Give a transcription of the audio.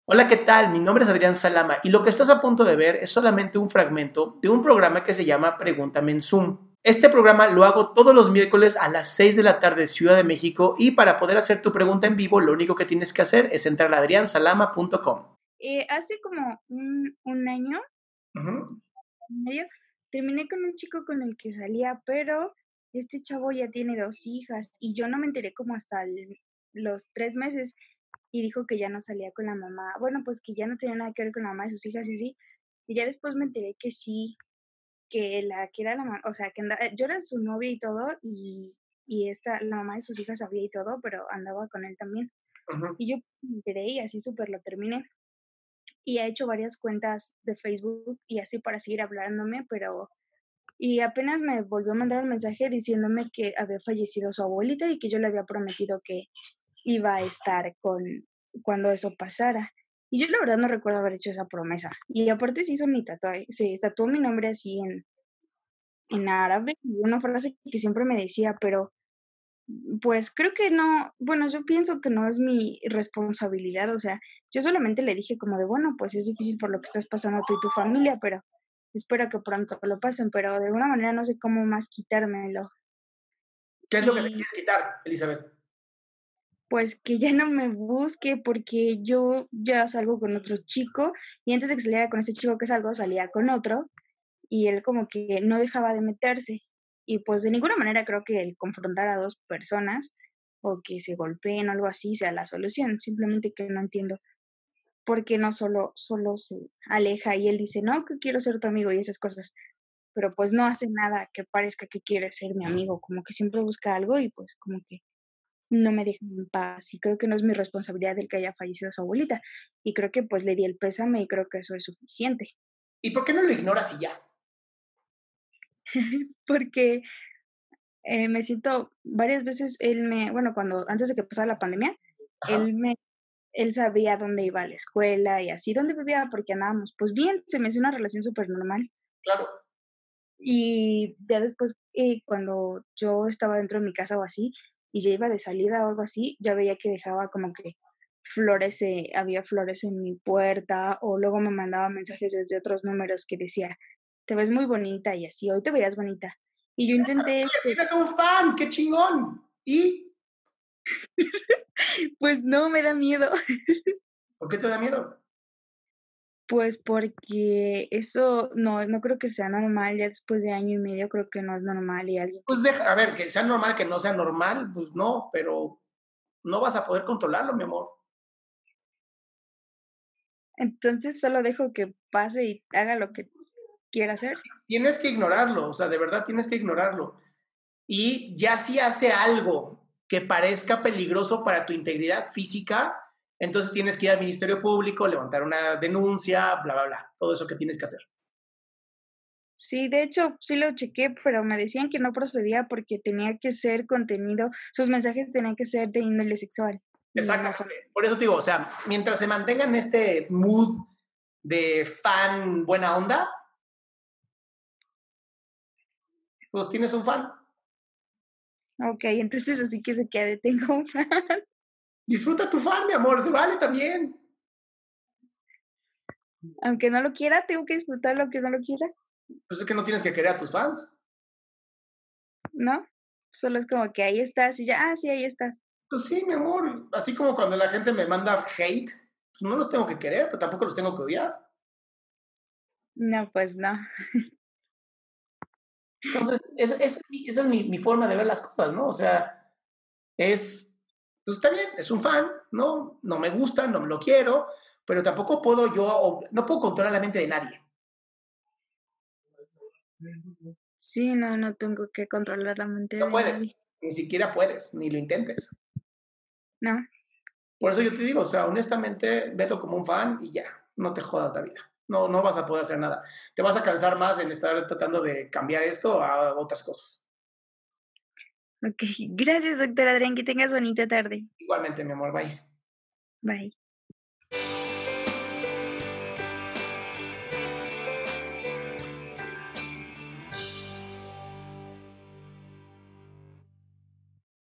Hola, ¿qué tal? Mi nombre es Adrián Salama y lo que estás a punto de ver es solamente un fragmento de un programa que se llama Pregúntame en Zoom. Este programa lo hago todos los miércoles a las 6 de la tarde Ciudad de México y para poder hacer tu pregunta en vivo lo único que tienes que hacer es entrar a adriansalama.com. Hace como un año Ujú. y medio, terminé con un chico con el que salía, pero este chavo ya tiene 2 hijas, y yo no me enteré como hasta los 3 meses, y dijo que ya no salía con la mamá. Bueno, pues que ya no tenía nada que ver con la mamá de sus hijas y así. Y ya después me enteré que sí, que era la mamá, o sea, que yo era su novia y todo, la mamá de sus hijas sabía y todo, pero andaba con él también. Ujú. Y yo me enteré y así súper lo terminé. Y ha hecho varias cuentas de Facebook y así para seguir hablándome, pero apenas me volvió a mandar un mensaje diciéndome que había fallecido su abuelita y que yo le había prometido que iba a estar con cuando eso pasara. Y yo la verdad no recuerdo haber hecho esa promesa. Y aparte se hizo mi tatuaje, se tatuó mi nombre así en árabe y una frase que siempre me decía, pero pues creo que no, bueno, yo pienso que no es mi responsabilidad, o sea, yo solamente le dije como de, bueno, pues es difícil por lo que estás pasando tú y tu familia, pero espero que pronto lo pasen, pero de alguna manera no sé cómo más quitármelo. ¿Qué es lo que te Y quieres quitar, Elizabeth? pues que ya no me busque porque yo ya salgo con otro chico y antes de que saliera con ese chico que salgo, salía con otro y él como que no dejaba de meterse. Y pues de ninguna manera creo que el confrontar a 2 personas o que se golpeen o algo así sea la solución, simplemente que no entiendo por qué no solo se aleja y él dice: "No, que quiero ser tu amigo", y esas cosas, pero pues no hace nada que parezca que quiere ser mi amigo, como que siempre busca algo y pues como que no me deja en paz, y creo que no es mi responsabilidad el que haya fallecido su abuelita, y creo que pues le di el pésame y creo que eso es suficiente, ¿Y por qué no lo ignoras y ya? porque me siento varias veces bueno, cuando antes de que pasara la pandemia, Ajá, él me él sabía dónde iba a la escuela y así, dónde vivía, porque andábamos, pues bien, se me hacía una relación súper normal. claro. Y ya después, cuando yo estaba dentro de mi casa o así, y ya iba de salida o algo así, ya veía que dejaba como que había flores en mi puerta, o luego me mandaba mensajes desde otros números que decía: "Te ves muy bonita", y así: "Hoy te veías bonita". Y yo intenté, Oye, tienes un fan, qué chingón. ¿Y pues no, me da miedo. por qué te da miedo? Pues porque eso no creo que sea normal, ya después de año y medio creo que no es normal y alguien que Pues deja, a ver, que sea normal, que no sea normal, pues no, pero no vas a poder controlarlo, mi amor. entonces solo dejo que pase y haga lo que quiera hacer. Tienes que ignorarlo, o sea, de verdad tienes que ignorarlo. Y ya si hace algo que parezca peligroso para tu integridad física, entonces tienes que ir al Ministerio Público, levantar una denuncia, bla, bla, bla, todo eso que tienes que hacer. Sí, de hecho, sí lo chequé, pero me decían que no procedía porque tenía que ser contenido, sus mensajes tenían que ser de índole sexual y no son. Exactamente. Por eso te digo, o sea, mientras se mantengan este mood de fan buena onda, pues tienes un fan. Okey, entonces así que se quede, tengo un fan. Disfruta tu fan, mi amor, se vale también. Aunque no lo quiera, tengo que disfrutar lo que no lo quiera, Pues es que no tienes que querer a tus fans. ¿no? Solo es como que ahí estás y ya, sí, ahí estás. Pues sí, mi amor. Así como cuando la gente me manda hate, pues no los tengo que querer, pero tampoco los tengo que odiar. No, pues no. Entonces, esa es mi forma de ver las cosas, ¿no? O sea, pues está bien, es un fan, ¿no? No me gusta, no me lo quiero, pero tampoco puedo no puedo controlar la mente de nadie. Sí, no tengo que controlar la mente No de puedes, nadie. ni siquiera puedes, ni lo intentes. No, Por eso yo te digo, o sea, honestamente, velo como un fan y ya, no te jodas la vida. No, no vas a poder hacer nada. Te vas a cansar más en estar tratando de cambiar esto a otras cosas. okey. Gracias, doctor Adrián, que tengas bonita tarde. Igualmente, mi amor, bye. Bye.